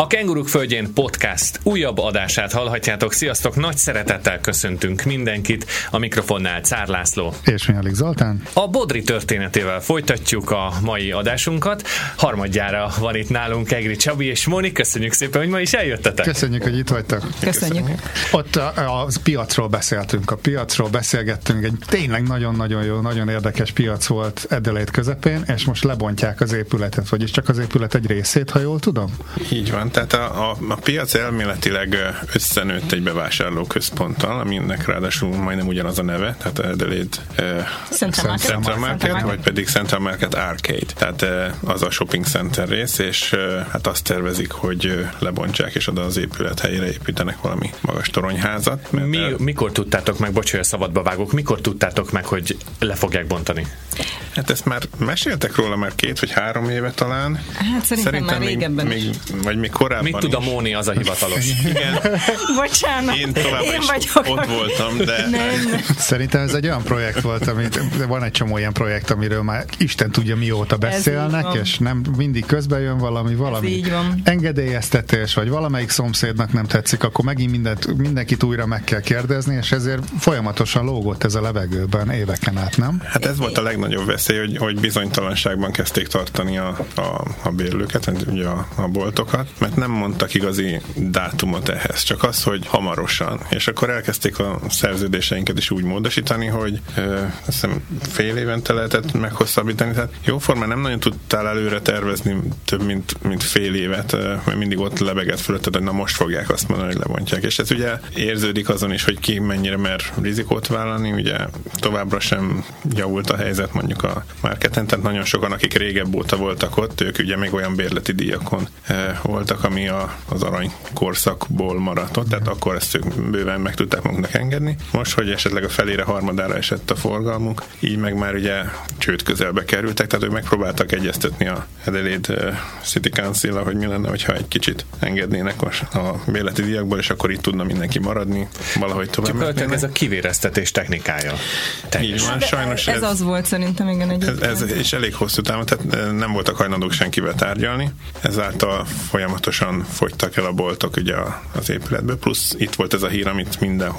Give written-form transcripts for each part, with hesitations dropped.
A Kenguruk Földjén podcast újabb adását hallhatjátok. Sziasztok, nagy szeretettel köszöntünk mindenkit. A mikrofonnál Czár László és Mihálik Zoltán. A Bodri történetével folytatjuk a mai adásunkat. Harmadjára van itt nálunk Egri Csabi és Móni. Köszönjük szépen, hogy ma is eljöttetek. Köszönjük, hogy itt vagytok. Köszönjük. Ott a piacról beszéltünk. A piacról beszélgettünk. Egy tényleg nagyon-nagyon jó, nagyon érdekes piac volt Adelaide közepén, és most lebontják az épületet, vagyis csak az épület egy részét, ha jól tudom. Így van, tehát a piac elméletileg összenőtt egy bevásárlóközponttal, aminek ráadásul majdnem ugyanaz a neve, tehát Adelaide Central Market, vagy pedig Central Market Arcade. Tehát az a shopping center rész, és hát azt tervezik, hogy lebontsák, és oda az épület helyére építenek valami magas toronyházat. Mikor tudtátok meg, bocs, hogy a szabadba vágok, mikor tudtátok meg, hogy le fogják bontani? Hát ezt már meséltek róla már 2 vagy 3 éve talán. Hát szerintem már régebben vagy még korábban. Mit tud a Móni, az a hivatalos? Igen. Bocsánat. Én továbbra is ott voltam, de... Nem. Szerintem ez egy olyan projekt volt, van egy csomó ilyen projekt, amiről már Isten tudja mióta beszélnek, és nem mindig közben jön valami engedélyeztetés, vagy valamelyik szomszédnak nem tetszik, akkor megint mindenkit újra meg kell kérdezni, és ezért folyamatosan lógott ez a levegőben éveken át, nem? Hát ez volt a legnagyobb veszély, hogy bizonytalanságban kezdték tartani a bérlőket, ugye a boltokat, mert nem mondtak igazi dátumot ehhez, csak az, hogy hamarosan. És akkor elkezdték a szerződéseinket is úgy módosítani, hogy azt hiszem fél évente lehetett meghosszabbítani, tehát jóformán nem nagyon tudtál előre tervezni több, mint fél évet, mert mindig ott lebegett fölötted, hogy na most fogják azt mondani, hogy lebontják. És ez ugye érződik azon is, hogy ki mennyire mer rizikót vállalni, ugye továbbra sem javult a helyzet mondjuk a marketen, tehát nagyon sokan, akik régebb óta voltak ott, ők ugye még olyan bérleti díjakon voltak, ami az aranykorszakból maradt ott, tehát akkor ezt ők bőven meg tudták magunknak engedni. Most, hogy esetleg a felére, harmadára esett a forgalmuk, így meg már ugye csőd közelbe kerültek, tehát ők megpróbáltak egyeztetni a Adelaide City Council-a, hogy mi lenne, hogyha egy kicsit engednének a bérleti díjakból, és akkor itt tudna mindenki maradni, valahogy tovább mennének. Ez a kivéreztetés technikája. Így van, sajnos ez az volt szerintem, igen, ez és elég hosszú távon, tehát nem voltak hajlandók senkivel tárgyalni, ezáltal folyamatosan fogytak el a boltok ugye az épületből, plusz itt volt ez a hír, amit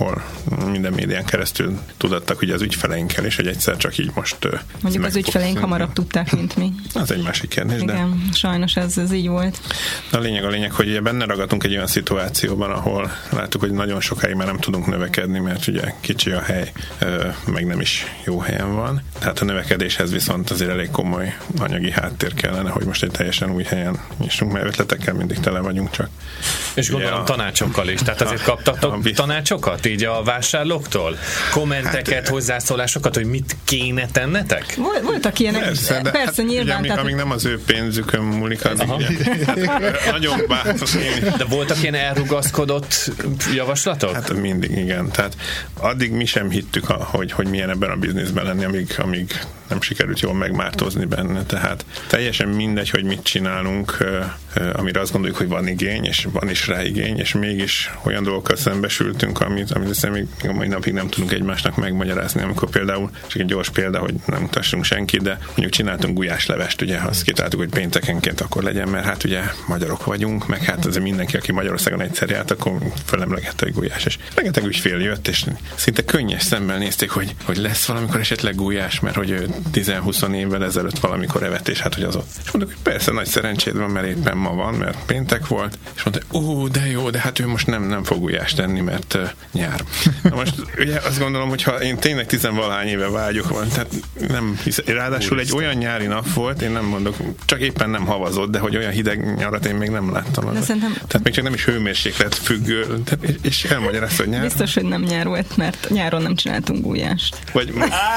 minden médián keresztül tudattak ugye az ügyfeleinkkel, és hogy egyszer csak így most mondjuk az ügyfeleink hamarabb tudták, mint mi. Az egy másik kérdés, igen, de sajnos ez így volt. A lényeg, hogy ugye benne ragadtunk egy olyan szituációban, ahol láttuk, hogy nagyon sokáig már nem tudunk növekedni, mert ugye kicsi a hely, meg nem is jó helyen van. Tehát a növekedéshez viszont azért elég komoly anyagi háttér kellene, hogy most egy teljesen új helyen nyissunk, mert ötletekkel mindig tele vagyunk csak. És gondolom tanácsokkal is. Tehát azért kaptatok tanácsokat így a vásárlóktól? Kommenteket, hozzászólásokat, hogy mit kéne tennetek? Voltak ilyenek. Persze nyilván. Ugye, amíg nem az ő pénzükön múlik, addig nagyon bátran. De voltak ilyen elrugaszkodott javaslatok? Hát mindig, igen. Tehát addig mi sem hittük, hogy milyen ebben a bizniszben lenni, amíg nem sikerült jól megmártozni benne. Tehát teljesen mindegy, hogy mit csinálunk, amire azt gondoljuk, hogy van igény, és van is rá igény, és mégis olyan dolgokkal szembesültünk, amit aztán még a mai napig nem tudunk egymásnak megmagyarázni. Amikor például, csak egy gyors példa, hogy nem mutassunk senkit, de mondjuk csináltunk gulyáslevest, ugye azt kitaláltuk, hogy péntekenként akkor legyen, mert hát ugye magyarok vagyunk, meg hát azért mindenki, aki Magyarországon egyszer járt, akkor felemlegette egy gulyás, és rengeteg ügyfél jött, és szinte könnyes szemmel nézték, hogy lesz valamikor esetleg gulyás, mert hogy 10-20 évvel ezelőtt valamikor evett, és hát hogy az ott. És mondtuk, hogy persze nagy szerencséd van, mert éppen ma van, mert péntek volt, és mondta, de jó, de hát ő most nem fog gulyást tenni, mert nyár. Na most ugye azt gondolom, hogy ha én tényleg 10-valahány éve vágyok van, tehát nem hiszem. Ráadásul egy olyan nyári nap volt, én nem mondok, csak éppen nem havazott, de hogy olyan hideg nyarat én még nem láttam. Tehát még csak nem is hőmérséklet függő, és elmagyarázta, hogy nyár. Biztos, hogy nem nyár volt, mert nyáron nem csináltunk gulyást. Vagy...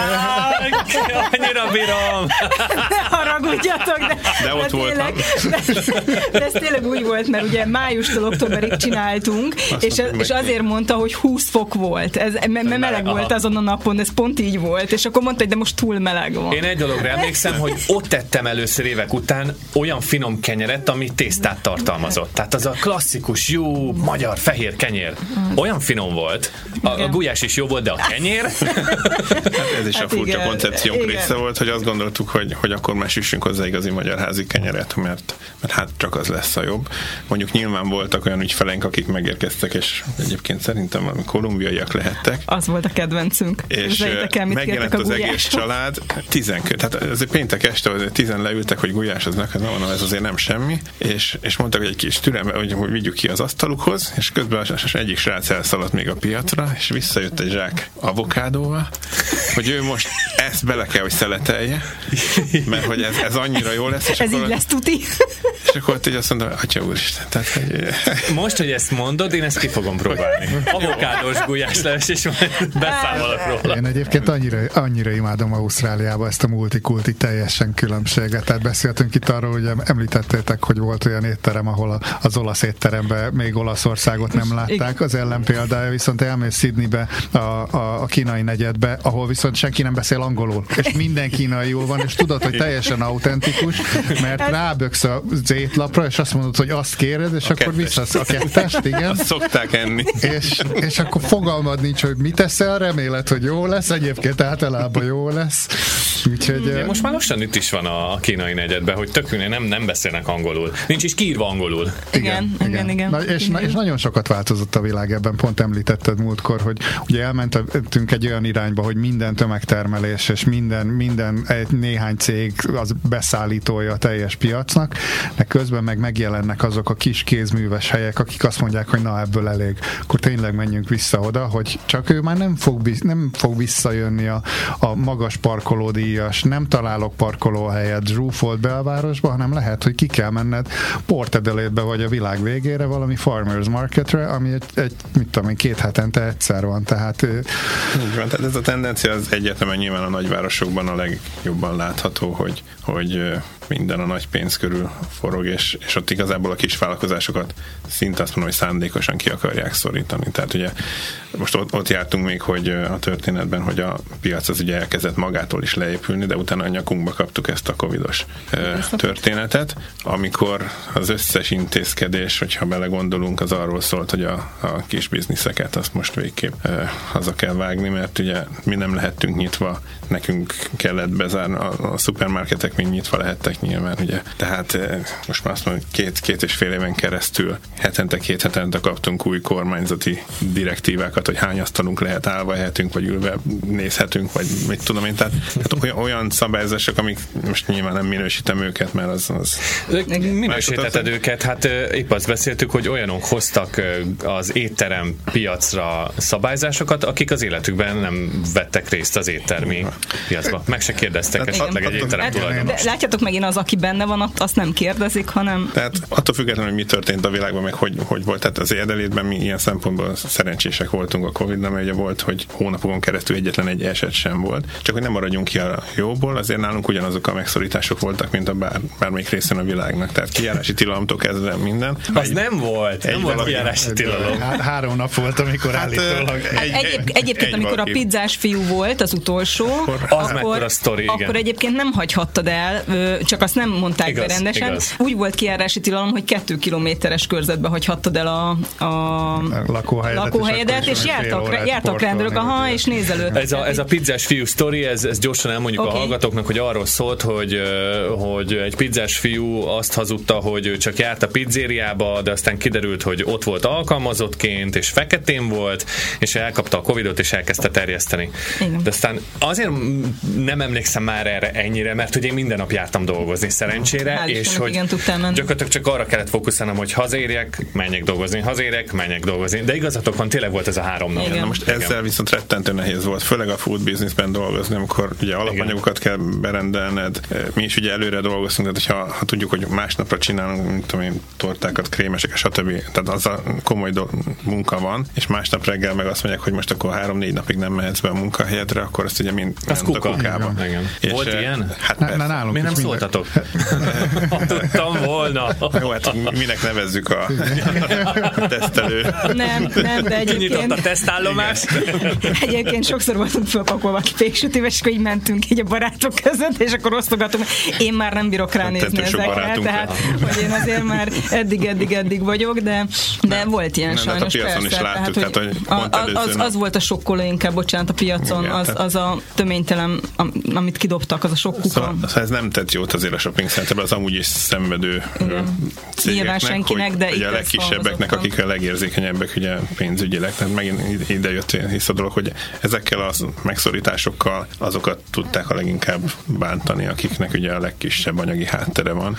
Annyira bírom! Ne haragudjatok, de ott voltam. De ez tényleg úgy volt, mert ugye májustól októberig csináltunk, és azért mondta, hogy 20 fok volt. Ez meleg volt azon a napon, ez pont így volt, és akkor mondta, hogy de most túl meleg van. Én egy dologra emlékszem, hogy ott ettem először évek után olyan finom kenyeret, ami tésztát tartalmazott. Tehát az a klasszikus, jó, magyar, fehér kenyér. Olyan finom volt. A gulyás is jó volt, de a kenyér... Hát ez is a furcsa koncepciónk része része volt, hogy azt gondoltuk, hogy akkor már süssünk hozzá igazi magyar házi kenyeret, mert hát csak az lesz a jobb. Mondjuk nyilván voltak olyan ügyfeleink, akik megérkeztek, és egyébként szerintem valami kolumbiaiak lehettek. Az volt a kedvencünk. És megjelent az egész család, 10 tehát azért péntek este 10 leültek, hogy gulyás az neked, mondom, ez azért nem semmi, és mondtak, hogy egy kis türelme, hogy vigyük ki az asztalukhoz, és közben egyik srác elszaladt még a piacra, és visszajött egy zsák avokádóval, hogy ő most ezt bele kell, hogy szeletelje, mert hogy ez annyira jó lesz. És ez akkor, így lesz tuti. És akkor ott így azt mondta, atya úristen. Tehát, hogy... Most, hogy ezt mondod, én ezt ki fogom próbálni. Avokádós gulyásleves, és majd beszámolok róla. Én egyébként annyira imádom Ausztráliába ezt a multikulti teljesen különbséget. Tehát beszéltünk itt arról, hogy említettétek, hogy volt olyan étterem, ahol az olasz étteremben még Olaszországot nem látták. Az ellenpéldája viszont elmész Sydneybe, a kínai negyedbe, ahol viszont senki nem beszél angolul, és minden kínaiul van, és tudod, hogy teljesen autentikus, mert ráböksz az étlapra, és azt mondod, hogy azt kéred, és akkor visszasz a kettest, igen. Azt szokták enni. És akkor fogalmad nincs, hogy mit teszel, reméled, hogy jó lesz, egyébként általában jó lesz. Úgyhogy, most már lassan itt is van a kínai negyedben, hogy tökülni nem beszélnek angolul. Nincs is kiírva angolul. Igen. Na, és nagyon sokat változott a világ ebben, pont említetted múltkor, hogy ugye elmentünk egy olyan irányba, hogy minden tömegtermelés, és minden néhány cég az beszállítója a teljes piacnak, de közben megjelennek azok a kis kézműves helyek, akik azt mondják, hogy na, ebből elég. Akkor tényleg menjünk vissza oda, hogy csak ő már nem fog visszajönni a magas parkolódíjas, nem találok parkolóhelyet zsúfolt belvárosba, hanem lehet, hogy ki kell menned Port Adelaide-be vagy a világ végére valami farmers marketre, ami egy mit tudom én, 2 hetente egyszer van, tehát... Így van, tehát ez a tendencia az egyértelműen nyilván a nagyvárosokban a legjobban látható, hogy minden a nagy pénz körül forog, és ott igazából a kis vállalkozásokat szinte azt mondom, hogy szándékosan ki akarják szorítani. Tehát ugye most ott jártunk még, hogy a történetben, hogy a piac az ugye elkezdett magától is leépülni, de utána a nyakunkba kaptuk ezt a covidos történetet, amikor az összes intézkedés, hogyha belegondolunk, az arról szólt, hogy a kis bizniszeket azt most végképp haza kell vágni, mert ugye mi nem lehettünk nyitva, nekünk kellett bezárni, a szupermarketek mind nyitva lehettek nyilván, ugye. Tehát most már azt mondom, hogy 2,5 éven keresztül hetente kaptunk új kormányzati direktívákat, hogy hány asztalunk lehet, állva ehetünk, vagy ülve nézhetünk, vagy mit tudom én. Tehát olyan szabályozások, amik most nyilván nem minősítem őket, mert az minősítheted őket, hát épp azt beszéltük, hogy olyanok hoztak az étterem piacra szabályzásokat, akik az életükben nem vettek részt az éttermi piacba. Meg se kérdeztek esetleg egy étterem tulajdonost. Látjátok, megint az, aki benne van, azt nem kérdezik, hanem... Tehát attól függetlenül, hogy mi történt a világban, meg hogy volt. Tehát az Adelaide-ben mi ilyen szempontból szerencsések voltunk a Covid-nál, mert ugye volt, hogy hónapokon keresztül egyetlen egy eset sem volt. Csak hogy nem maradjunk ki a jóból, azért nálunk ugyanazok a megszorítások voltak, mint a bármelyik részén a világnak. Tehát kijárási tilalomtól kezdve minden. Az nem volt kijárási tilalom. 3 nap volt, amikor állítólag. Egyébként, amikor a pizzás fiú volt, az utolsó, akkor egyébként nem hagyhattad el, csak azt nem mondták be rendesen. Igaz. Úgy volt kijárási tilalom, hogy 2 kilométeres körzetbe hagyhattad el a lakóhelyedet, és jártak rendőrök, és nézz előtt. Ez a pizzás fiú sztori, ez gyorsan elmondjuk a hallgatóknak, hogy arról szólt, hogy egy pizzás fiú azt hazudta, hogy ő csak járt a pizzériába, de aztán kiderült, hogy ott volt alkalmazottként, és feketén volt, és elkapta a Covidot, és elkezdte terjeszteni. Igen. De aztán azért nem emlékszem már erre ennyire, mert ugye én minden nap jártam dolgozni szerencsére, és hogy gyakorlatilag csak arra kellett fókuszálnom, hogy hazérjek, menjek dolgozni. De igazatok van, tényleg volt ez a 3 nap. Na most ezzel viszont rettentő nehéz volt, főleg a food businessben dolgozni, amikor ugye alapanyagokat kell berendelned. Mi is ugye előre dolgoztunk, tehát ha tudjuk, hogy másnapra csinálunk, mint tudom én, tortákat, krémeseket, stb. Tehát az a komoly munka van, és másnap reggel meg azt mondják, hogy most akkor 3-4 napig nem mehetsz be a munkahelyedre, akkor azt ugye mind a kukába. Volt ilyen? Hát nálunk miért nem szóltatok mondtátok. Ha tudtam volna. Jó, hát minek nevezzük a tesztelő. Nem, de egyébként... Nyitott a tesztállomást. Egyébként sokszor voltunk fölpakolva ki péksütével, és akkor így mentünk így a barátok között, és akkor osztogatunk. Én már nem bírok ránézni ezekre, tehát hogy én azért már eddig vagyok, de volt ilyen sajnos. A piacon is láttuk, tehát, hogy az volt a sokkoló inkább, bocsánat, a piacon, igen, az a töménytelen, amit kidobtak, az a sok kuka. Szóval ez nem tett jót azért a shopping centerben, az amúgy is szenvedő cégeknek, senkinek, hogy a legkisebbeknek, akik a legérzékenyebbek ugye pénzügyileg, tehát megint ide jött hisz a dolog, hogy ezekkel a megszorításokkal azokat tudták a leginkább bántani, akiknek ugye a legkisebb anyagi háttere van.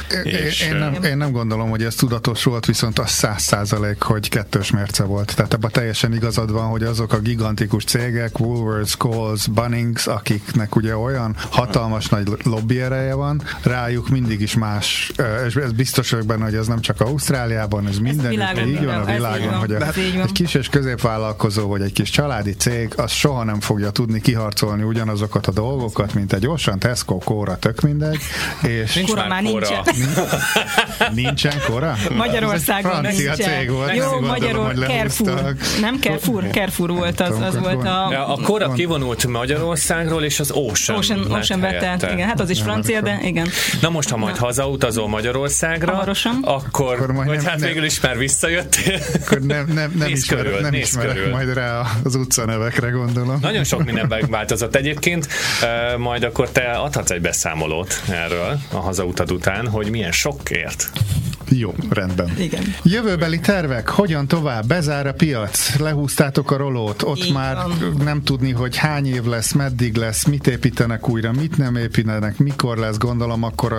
Én nem gondolom, hogy ez tudatos volt, viszont az 100%, hogy kettős mérce volt. Tehát ebben teljesen igazad van, hogy azok a gigantikus cégek, Woolworths, Coles, Bunnings, akiknek ugye olyan hatalmas nagy lobby ereje van, rájuk mindig is más, és ez biztos vagyok benne, hogy ez nem csak Ausztráliában, ez mindenütt így van a világon, hogy egy kis és középvállalkozó, vagy egy kis családi cég, az soha nem fogja tudni kiharcolni ugyanazokat a dolgokat, mint egy Auchan, Tesco, Cora, tök mindegy. És nincs már Cora. Nincsen Cora? Magyarországon francia cég volt. Jó, Magyarországon, Carrefour. Nem Carrefour volt, az volt a Cora kivonult Magyarországról, és az Auchan vett át, igen, hát az is francia, de igen. Na most, ha majd hazautazol Magyarországra, akkor vagy hát végül is már visszajöttél. Akkor nem ismerek majd rá az utcanevekre, gondolom. Nagyon sok minden változott egyébként, majd akkor te adhatsz egy beszámolót erről a hazautad után, hogy milyen sokkért. Jó, rendben. Igen. Jövőbeli tervek, hogyan tovább? Bezár a piac, lehúztátok a rolót, ott így már van. Nem tudni, hogy hány év lesz, meddig lesz, mit építenek újra, mit nem építenek, mikor lesz, gondolom, akkor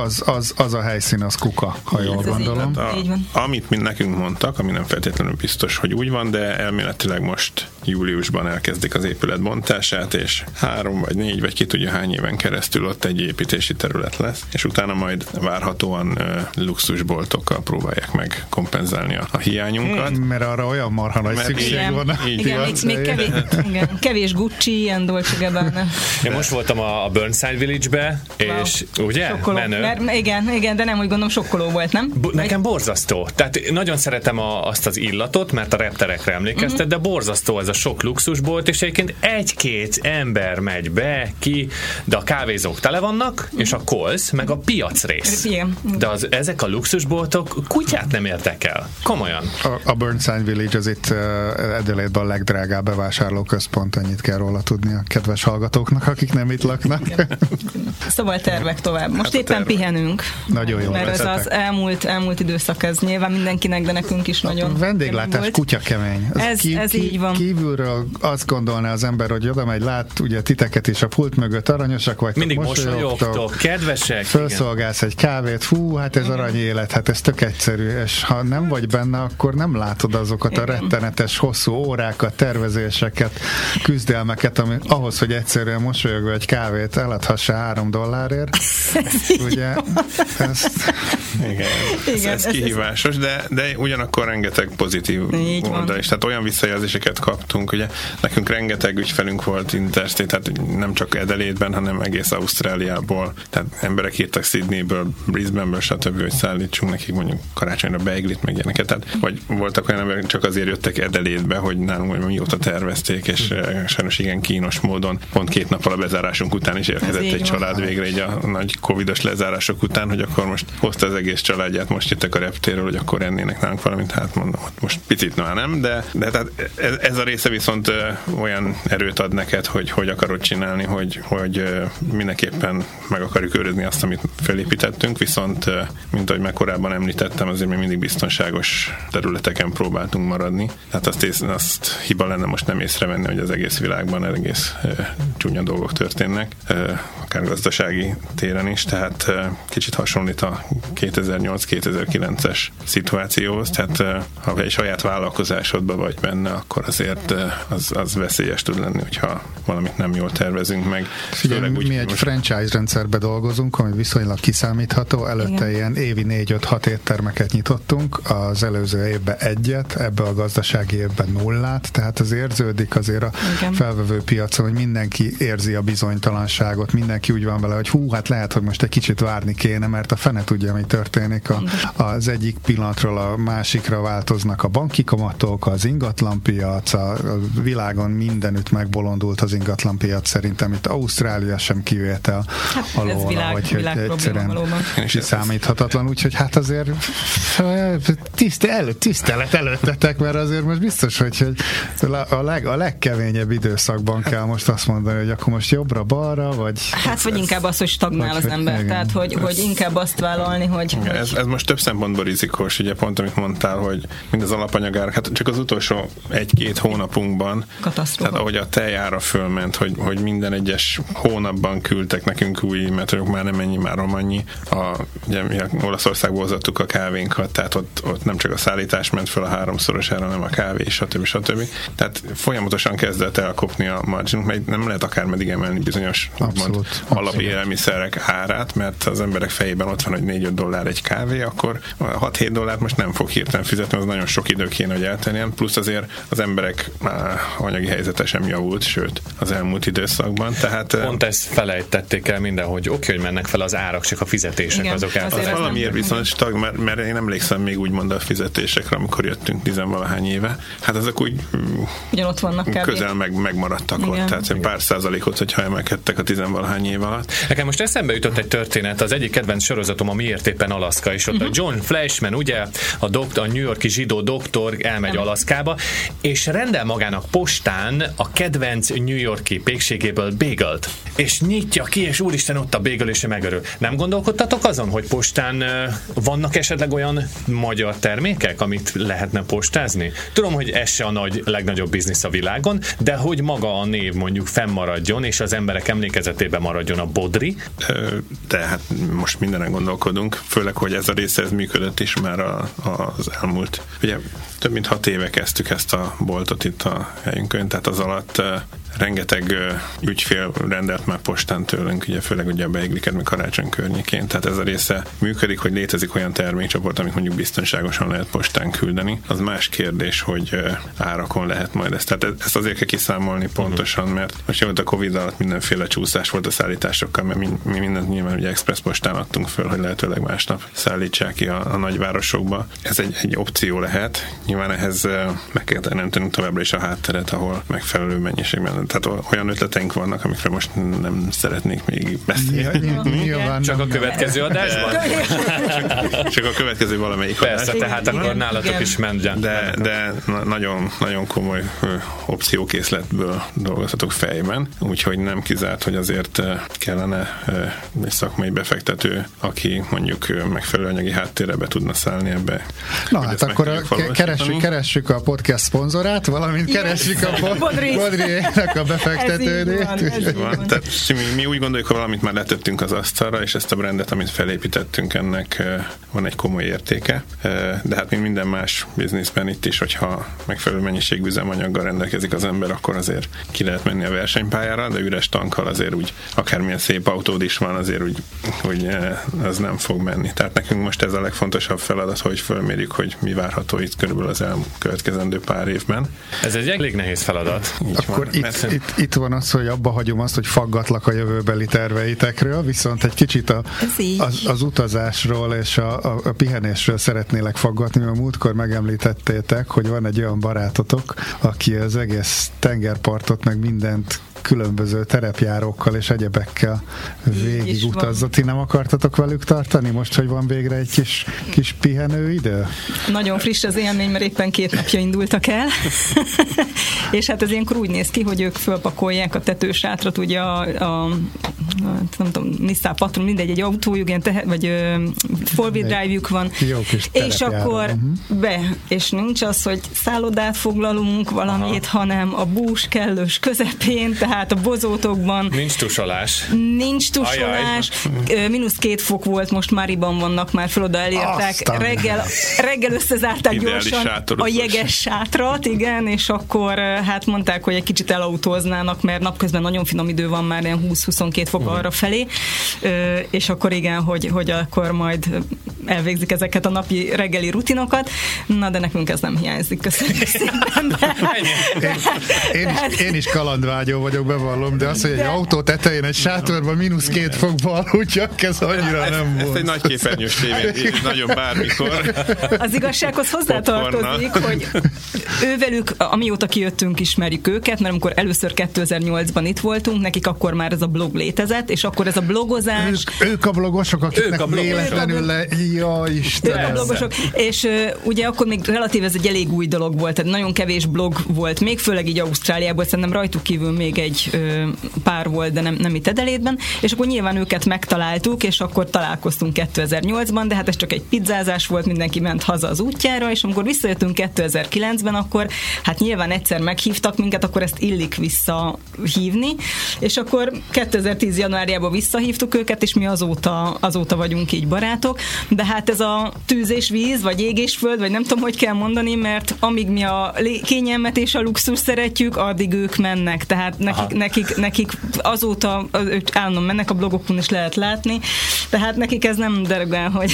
az a helyszín, az kuka, ha jól gondolom. Amit nekünk mondtak, ami nem feltétlenül biztos, hogy úgy van, de elméletileg most júliusban elkezdik az épület bontását, és 3 vagy 4 vagy ki tudja hány éven keresztül ott egy építési terület lesz, és utána majd várhatóan luxusboltokkal próbálják meg kompenzálni a hiányunkat. Mert arra olyan marha nagy szükség van. Igen, még kevés Gucci, ilyen Dolce Gabbana. Én most voltam a Burnside Village-be, és ugye? Sokkoló. Igen, de nem úgy gondolom, sokkoló volt, nem? Nekem borzasztó. Tehát nagyon szeretem azt az illatot, mert a repterekre emlékeztet, de borzasztó ez a sok luxusbolt, és egyébként 1-2 ember megy be, ki, de a kávézók tele vannak, és a Coles, meg a piacrész. De ezek a luxusboltok kutyát nem értek el. Komolyan. A Burnside Village az itt Adelaide-ban a legdrágább bevásárlóközpont, ennyit kell róla tudni a kedves hallgatóknak, akik nem itt laknak. Szóval tervek tovább. Most éppen pihenünk. Nagyon jó. Mert ez az elmúlt időszak, ez nyilván mindenkinek, de nekünk is nagyon. A vendéglátás kutya kemény. Ez így van. Kívülről azt gondolná az ember, hogy oda megy, lát ugye titeket is a pult mögött, aranyosak vagytok, mindig mosolyogtok, kedvesek. Felszolgálsz egy kávét, fú, hát ez arany élet, hát ez tök egyszerű, és ha nem vagy benne, akkor nem látod azokat a rettenetes hosszú órákat, tervezéseket, küzdelmeket, ami ahhoz, hogy egyszerűen mosolyogva egy kávét eladhassa $3. Ugye? Ez kihívásos, de ugyanakkor rengeteg pozitív oldal is. Tehát olyan visszajelzéseket kaptunk, ugye nekünk rengeteg ügyfelünk volt interstate, tehát nem csak Adelaide-ben, hanem egész Ausztráliából. Tehát emberek írtak Sydneyből, Brisbaneből, stb., hogy szállítsunk nekik mondjuk karácsonyra beiglit, meg ilyeneket. Tehát, vagy voltak olyan emberek, csak azért jöttek Adelaide-be, hogy nálunk mióta tervezték, és sajnos igen kínos módon pont 2 nappal a bezárásunk után is érkezett egy család végre így a nagy covidos lezárások után, hogy akkor most hozta az egész családját, most jöttek a reptéről, hogy akkor ennének nálunk valamit, hát mondom, most picit már nem, de tehát ez a része viszont olyan erőt ad neked, hogy akarod csinálni, hogy mindenképpen meg akarjuk őrizni azt, amit felépítettünk, viszont mint ahogy már korábban említettem, azért még mindig biztonságos területeken próbáltunk maradni. Tehát azt hiba lenne most nem észrevenni, hogy az egész világban egész csúnya dolgok történnek, akár gazdasági téren is, tehát kicsit hasonlít a 2008-2009 2009-es szituációhoz, tehát ha egy saját vállalkozásodban vagy benne, akkor azért az veszélyes tud lenni, hogyha valamit nem jól tervezünk meg. Figyelj, mi egy franchise rendszerbe dolgozunk, ami viszonylag kiszámítható, előtte ilyen évi 4-5-6 éttermeket nyitottunk, az előző évben egyet, ebbe a gazdasági évben 0, tehát az érződik azért a felvevő piacon, hogy mindenki érzi a bizonytalanságot, mindenki úgy van vele, hogy hát lehet, hogy most egy kicsit várni kéne, mert a fene tudja, mi történik. Az egyik pillanatról a másikra változnak a banki kamatok, az ingatlanpiac, a világon mindenütt megbolondult az ingatlanpiac, szerintem itt Ausztrália sem kivétel alól, hogy egyszerűen számíthatatlan, úgyhogy hát azért tisztelet előttetek, mert azért most biztos, hogy a legkeményebb időszakban kell most azt mondani, hogy akkor most jobbra-balra, vagy... Hát, vagy inkább az, hogy stagnál az ember, igen. Tehát, hogy inkább azt vállalni, hogy... Ez most több szempontból rizikós, ugye pont, amit mondtál, hogy mind az alapanyagárak, hát csak az utolsó 1-2 hónapunkban, tehát ahogy a tejára fölment, hogy minden egyes hónapban küldtek nekünk új, mert hogy már nem ennyi, már annyi. Ugye mi Olaszországból hozattuk a kávénkat, tehát ott nem csak a szállítás ment föl a 3-szorosára, hanem a kávé, stb. Tehát folyamatosan kezdett elkopni a marginunk, mert nem lehet akármeddig emelni bizonyos alapélelmiszerek árát, mert az emberek fejében ott van, hogy $4-5 egy kávé, akkor $6-7 most nem fog hirtelen fizetni, az nagyon sok idő kéne, hogy eltenjen, plusz azért az emberek anyagi helyzete sem javult, sőt, az elmúlt időszakban. Tehát, pont ezt felejtették el minden, hogy hogy mennek fel az árak, csak a fizetések igen, azok el. Az valamiért viszont stag, mert én emlékszem még úgymond a fizetésekre, amikor jöttünk 10-valahány éve. Hát azok úgy ott vannak közel megmaradtak igen. Ott, tehát pár százalékot, hogyha emelkedtek a 10-valahány év alatt. Nekem most eszembe jutott egy történet, az egyik kedvenc sorozatom a Miért éppen Alaszka, és ott a John Flashman, ugye, a New York-i zsidó doktor elmegy Alaszkába, és rendel magának postán a kedvenc New York-i pékségéből bagelt, és nyitja ki, és úristen, ott a bagel, és megörül. Nem gondolkodtatok azon, hogy postán vannak esetleg olyan magyar termékek, amit lehetne postázni? Tudom, hogy ez se a legnagyobb biznisz a világon, de hogy maga a név mondjuk fennmaradjon, és az emberek emlékezetében maradjon a Bodri? De hát most mindenen gondolkodunk, főleg, hogy ez a része ez működött is már az elmúlt. Ugye több mint 6 éve kezdtük ezt a boltot itt a helyünkön, tehát az alatt rengeteg ügyfél rendelt már postán tőlünk, ugye főleg ugye a beigliket, meg karácsony környékén, tehát ez a része működik, hogy létezik olyan termékcsoport, amit mondjuk biztonságosan lehet postán küldeni. Az más kérdés, hogy árakon lehet majd ezt. Tehát ezt azért kell kiszámolni pontosan, mert most jó, a Covid alatt mindenféle csúszás volt a szállításokkal, mert mi mindent nyilván ugye express postán adtunk föl, hogy lehetőleg másnap szállítsák ki a nagyvárosokba. Ez egy opció lehet. Nyilván ehhez meg kell teremtenünk továbbra is a hátteret, ahol megfelelő mennyiségben. Tehát olyan ötleteink vannak, amikről most nem szeretnék még beszélni. Csak a következő adásban? Csak a következő valamelyik adás. Persze, tehát akkor nálatok is menjen. De nagyon, nagyon komoly opciókészletből dolgozhatok fejben, úgyhogy nem kizárt, hogy azért kellene egy szakmai befektető, aki mondjuk megfelelő anyagi háttérre be tudna szállni ebbe. Na hát akkor keressük a podcast szponzorát, valamint keressük a Bodriének a befektetőnét. Mi úgy gondoljuk, hogy valamit már letettünk az asztalra, és ezt a brandet, amit felépítettünk, ennek van egy komoly értéke. De hát mint minden más bizniszben itt is, hogyha megfelelő mennyiségű üzemanyaggal rendelkezik az ember, akkor azért ki lehet menni a versenypályára, de üres tankkal azért úgy, akármilyen szép autód is van, azért úgy, hogy az nem fog menni. Tehát nekünk most ez a legfontosabb feladat, hogy fölmérjük, hogy mi várható itt körülbelül az elkövetkezendő pár évben. Ez egy elég nehéz feladat. Akkor itt van az, hogy abba hagyom azt, hogy faggatlak a jövőbeli terveitekről, viszont egy kicsit az utazásról és a pihenésről szeretnélek faggatni, mert múltkor megemlítettétek, hogy van egy olyan barátotok, aki az egész tengerpartot meg mindent különböző terepjárókkal és egyebekkel végig utazott. Ti nem akartatok velük tartani most, hogy van végre egy kis pihenő idő? Nagyon friss az élmény, mert éppen 2 napja indultak el. És hát ez ilyenkor úgy néz ki, hogy ők fölpakolják a tetősátrat, ugye nem tudom, Nissan Patrol, mindegy, egy autójuk, vagy four-wheel drive-juk van. És akkor és nincs az, hogy szállodát foglalunk valamit, hanem a bús kellős közepén, tehát tehát a bozótokban. Nincs tusolás. Nincs tusolás. -2 fok volt, most Mariban vannak, már fel oda elértek. Reggel összezárták gyorsan a jeges sátrat, igen, és akkor hát mondták, hogy egy kicsit elautóznának, mert napközben nagyon finom idő van, már ilyen 20-22 fok arra felé, és akkor igen, hogy akkor majd elvégzik ezeket a napi reggeli rutinokat. Na, de nekünk ez nem hiányzik, köszönjük szépen. Én is kalandvágyó vagyok, bevallom, de az, hogy egy autó tetején egy sátorban -2 fokban aludjak, ez annyira nem volt. Ezt egy nagy képernyős tévén, nagyon bármikor. Az igazsághoz hozzátartozik, hogy ővelük, amióta kijöttünk, ismerjük őket, mert amikor először 2008-ban itt voltunk, nekik akkor már ez a blog létezett, és akkor ez a blogozás... Ők a blogosok, akiknek véletlenül ja, Istenem. Blogosok. És ugye akkor még relatív ez egy elég új dolog volt, tehát nagyon kevés blog volt, még főleg így Ausztráliából, szerintem rajtuk kívül még egy pár volt, de nem itt Adelaideben, és akkor nyilván őket megtaláltuk, és akkor találkoztunk 2008-ban, de hát ez csak egy pizzázás volt, mindenki ment haza az útjára, és amikor visszajöttünk 2009-ben, akkor hát nyilván egyszer meghívtak minket, akkor ezt illik visszahívni, és akkor 2010 januárjában visszahívtuk őket, és mi azóta vagyunk így barátok, de hát ez a tűz és víz, vagy ég és föld, vagy nem tudom, hogy kell mondani, mert amíg mi a kényelmet és a luxus szeretjük, addig ők mennek, tehát nekik azóta ők állandóan mennek, a blogokon is lehet látni, tehát nekik ez nem dergál, hogy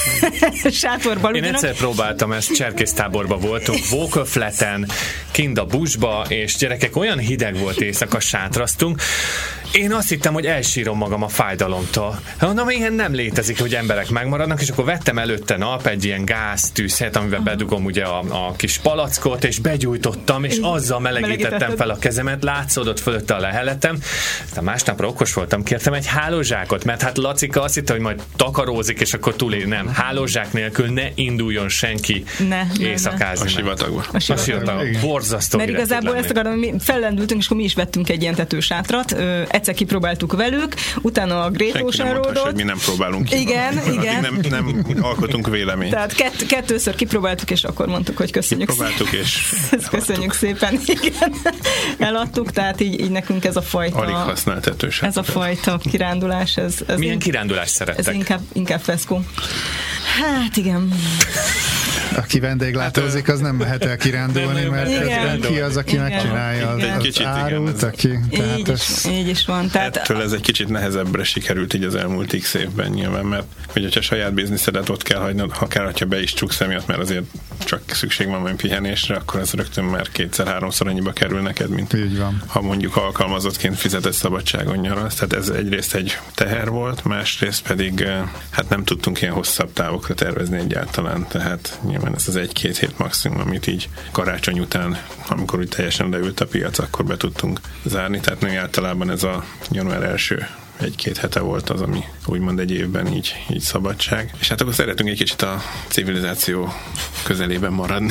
sátorban aludjanak. Én egyszer próbáltam, ezt cserkésztáborban voltunk, Vóköfleten, kint a buszba, és gyerekek, olyan hideg volt éjszaka, sátraztunk, én azt hittem, hogy elsírom magam a fájdalomtól. Mondom, ilyen nem létezik, hogy emberek megmaradnak, és akkor vettem előtte nap egy ilyen gáztűzhet, amiben bedugom ugye a kis palackot, és begyújtottam, és azzal melegítettem fel a kezemet, látszódott fölötte a leheletem. De másnapra okos voltam, kértem egy hálózsákot, mert hát Lacika azt hitte, hogy majd takarózik, és akkor túlél. Nem, hálózsák nélkül ne induljon senki éjszakázni. A sivatagba. A sivatagba. Borzasztó. Mert igazából ezt akarom, mi fellendültünk, és akkor mi is vettünk egy ilyen tetősátrat. Egyszer kipróbáltuk velük, utána a Great Ocean Roadot. Hogy mi nem próbálunk ki. Igen. Nem alkotunk véleményt. Tehát kettőször kipróbáltuk, és akkor mondtuk, hogy köszönjük. Kipróbáltuk, és köszönjük szépen. Igen. Eladtuk, tehát így nekünk ez a fajta... Alig használt tetősátrat. Ez a fajta kirándulás. Milyen kirándulást szerettek? Ez inkább feszkó. Hát igen. Aki vendéglátózik, az nem mehet el kirándulni, mert ki az, aki megcsinálja az árut, aki... Így is van. Tehát ettől ez egy kicsit nehezebbre sikerült így az elmúlt x évben nyilván, mert hogyha saját bizniszedet ott kell hagynod, akár ha be is csuksz emiatt, mert azért csak szükség van majd pihenésre, akkor az rögtön már 2-3-szor annyiba kerül neked, mint ha mondjuk alkalmazottként fizetett szabadságon nyaralsz. Tehát ez egyrészt egy teher volt, másrészt pedig hát nem tudtunk ilyen hosszabb távokra tervezni egyáltalán, tehát nyilván ez az 1-2 hét maximum, amit így karácsony után, amikor úgy teljesen leült a piac, akkor be tudtunk zárni, tehát nem általában ez a január első 1-2 hete volt az, ami úgymond egy évben így szabadság. És hát akkor szeretünk egy kicsit a civilizáció közelében maradni.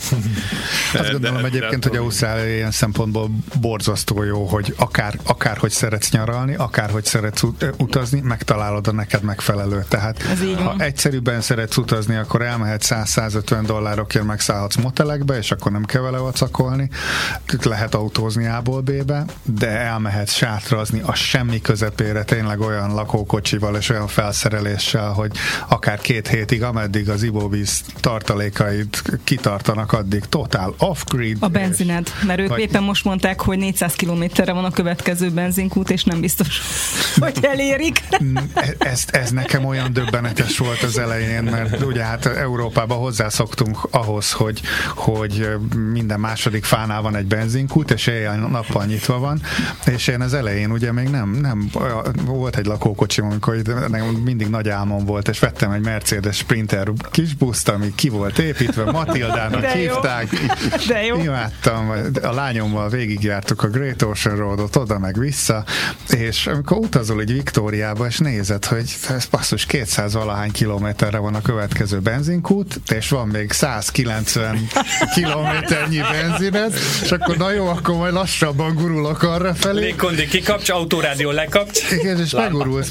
Azt gondolom egyébként, hogy Ausztrália ilyen szempontból borzasztó jó, hogy akárhogy szeretsz nyaralni, akárhogy szeretsz utazni, megtalálod a neked megfelelő. Tehát ha egyszerűbben szeretsz utazni, akkor elmehetsz $100-150 megszállhatsz motelekbe, és akkor nem kell vele vacakolni. Lehet autózni A-ból B-be, de elmehetsz sátrazni a semmi közepére, tényleg olyan lakókocsival és olyan felszereléssel, hogy akár 2 hétig, ameddig az ivóvíz tartalékaid kitartanak, addig totál off-grid. A benzined, mert ők éppen most mondták, hogy 400 kilométerre van a következő benzinkút, és nem biztos, hogy elérik. Ez nekem olyan döbbenetes volt az elején, mert ugye hát Európában hozzászoktunk ahhoz, hogy minden második fánál van egy benzinkút, és éjjel-nappal nyitva van, és én az elején ugye még nem volt egy lakókocsim, amikor mindig nagy álmom volt, és vettem egy Mercedes Sprinter kis buszt, ami ki volt építve, Matildának hívták. De jó. Imádtam, a lányommal végigjártuk a Great Ocean Roadot oda meg vissza, és amikor utazol egy Viktóriába, és nézed, hogy ez basszus 200-valahány kilométerre van a következő benzinkút, és van még 190 kilométernyi benzined, és akkor na jó, akkor majd lassabban gurulok arra felé. Légkondi kikapcs, autórádió lekapcs. Igen, és megurulsz, mit tudom,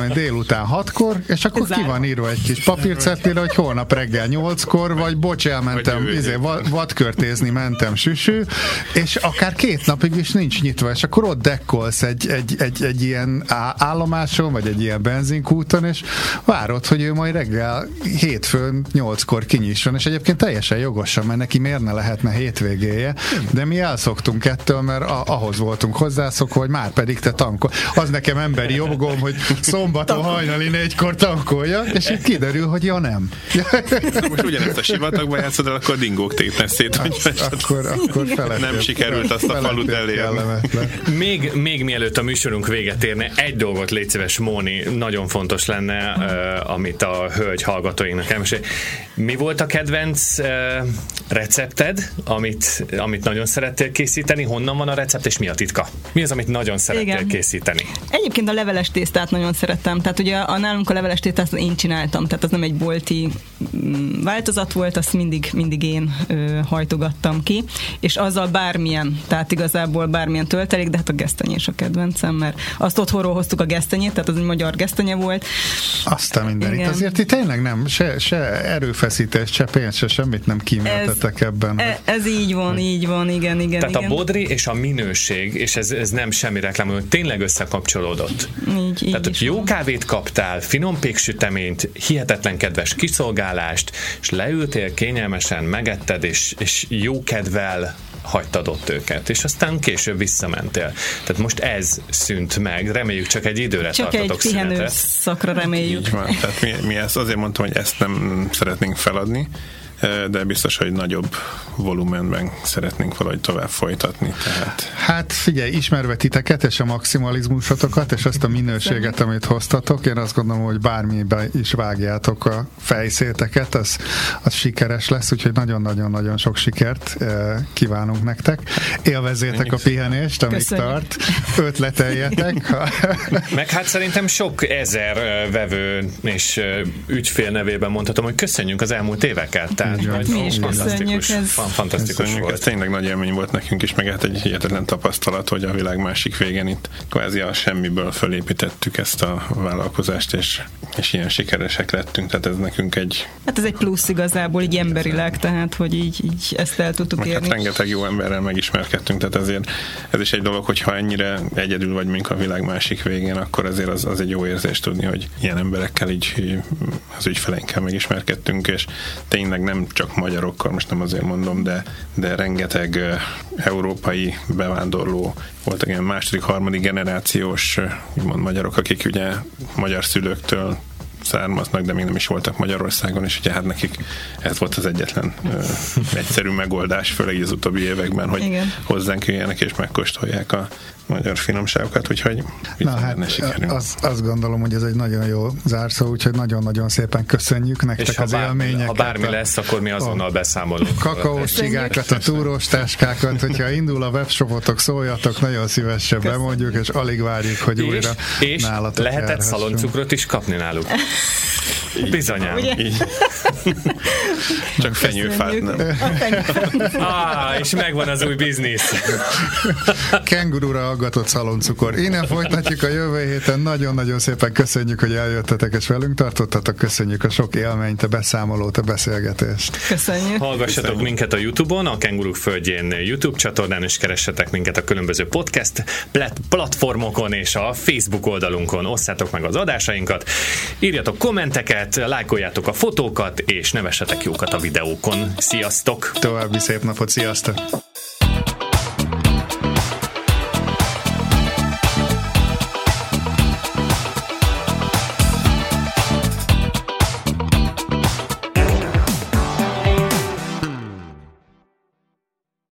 délután 6-kor, és akkor ki van írva egy kis papírcetlire, hogy holnap reggel 8-kor, vagy bocs, elmentem vadkörtézni, mentem süsű, és akár 2 napig is nincs nyitva, és akkor ott dekkolsz egy ilyen állomáson, vagy egy ilyen benzinkúton, és várod, hogy ő majd reggel hétfőn 8-kor kinyisson, és egyébként teljesen jogosan, mert neki miért ne lehetne hétvégéje, de mi elszoktunk ettől, mert ahhoz voltunk hozzászokva, hogy már pedig te tankol. Az nekem emberi jogom, hogy szombaton hajnali 4-kor tankolja, és így kiderül, hogy ja nem. Most ugyanezt a sivatagba játszod el, akkor dingók tépnek szét, akkor nem sikerült azt a falut elérni. Még mielőtt a műsorunk véget érne, egy dolgot légy szíves, Móni, nagyon fontos lenne, amit a hölgy hallgatóinknak elmesél. Mi volt a kedvenc recepted, amit nagyon szerettél készíteni? Honnan van a recept, és mi a titka? Mi az, amit nagyon szerettél készíteni? Egyébként a leveles tésztát nagyon szerettem. Tehát ugye nálunk a leveles tésztát én csináltam, tehát az nem egy bolti változat volt, azt mindig én hajtogattam ki, és azzal bármilyen, tehát igazából bármilyen töltelék, de hát a gesztenyés a kedvencem, mert azt otthonról hoztuk a gesztenyét, tehát az egy magyar gesztenye volt. Aztán mindenit. Azért itt tényleg nem, se erőfeszítés, se pénz, se semmit nem kíméltetek ebben. Ez így van, igen. Tehát a bodri és a minőség, és ez nem semmi reklám, hogy tényleg összekapcsolódott. Így tehát, hogy jó kávét kaptál, finom péksüteményt, hihetetlen kedves kiszolgálást, és leültél kényelmesen, megetted, és jó kedvel hagytad ott őket, és aztán később visszamentél. Tehát most ez szűnt meg, reméljük csak egy időre tartotok szünetet. Csak egy pihenő szakra reméljük. Így van, tehát mi ezt azért mondtam, hogy ezt nem szeretnénk feladni, de biztos, hogy nagyobb volumenben szeretnénk valahogy tovább folytatni. Tehát. Hát figyelj, ismerve titeket és a maximalizmusotokat, és azt a minőséget, amit hoztatok, én azt gondolom, hogy bármiben is vágjátok a fejszéteket, az sikeres lesz, úgyhogy nagyon-nagyon-nagyon sok sikert kívánunk nektek. Élvezzétek a pihenést, amíg tart. Ötleteljetek. Meg hát szerintem sok ezer vevő és ügyfél nevében mondhatom, hogy köszönjük az elmúlt éveket. Mi is köszönjük. Fantasztikus volt. Ez tényleg nagy élmény volt nekünk is, meg hát egy hihetetlen tapasztalat, hogy a világ másik végén itt kvázi a semmiből fölépítettük ezt a vállalkozást, és ilyen sikeresek lettünk, tehát ez nekünk egy... Hát ez egy plusz igazából, így emberileg, tehát hogy így ezt el tudtuk érni. Hát rengeteg jó emberrel megismerkedtünk, tehát ezért ez is egy dolog, hogyha ennyire egyedül vagy mink a világ másik végén, akkor azért az egy jó érzés tudni, hogy ilyen emberekkel így az ügyfeleinkkel megismerkedtünk, és tényleg nem csak magyarokkal, most nem azért mondom, de rengeteg európai bevándorló voltak ilyen második, harmadik generációs úgymond magyarok, akik ugye magyar szülőktől származnak, de még nem is voltak Magyarországon, és ugye hát nekik ez volt az egyetlen egyszerű megoldás, főleg az utóbbi években, hogy hozzánk jöjjenek és megkóstolják a magyar finomságokat, úgyhogy azt gondolom, hogy ez egy nagyon jó zárszó, úgyhogy nagyon-nagyon szépen köszönjük nektek és az élményeket. Ha bármi lesz, akkor mi azonnal beszámolunk. Kakaós csigákat, a túrós táskákat, hogyha indul a webshopotok, szóljatok, nagyon szívesen bemondjuk, és alig várjuk, hogy újra nálatok lehetett szaloncukrot is kapni náluk. Bizonyám. Csak fenyőfát nem. És megvan az új biznisz. Kengurúra aggatott szaloncukor. Innen folytatjuk a jövő héten. Nagyon-nagyon szépen köszönjük, hogy eljöttetek és velünk tartottatok. Köszönjük a sok élményt, a beszámolót, a beszélgetést. Köszönjük. Hallgassatok minket a YouTube-on, a Kenguruk Földjén YouTube csatornán, és keressetek minket a különböző podcast platformokon és a Facebook oldalunkon. Osszátok meg az adásainkat, írjatok kommenteket, lájkoljátok a fotókat, és nevessetek jókat a videókon. Sziasztok! További szép napot, sziasztok!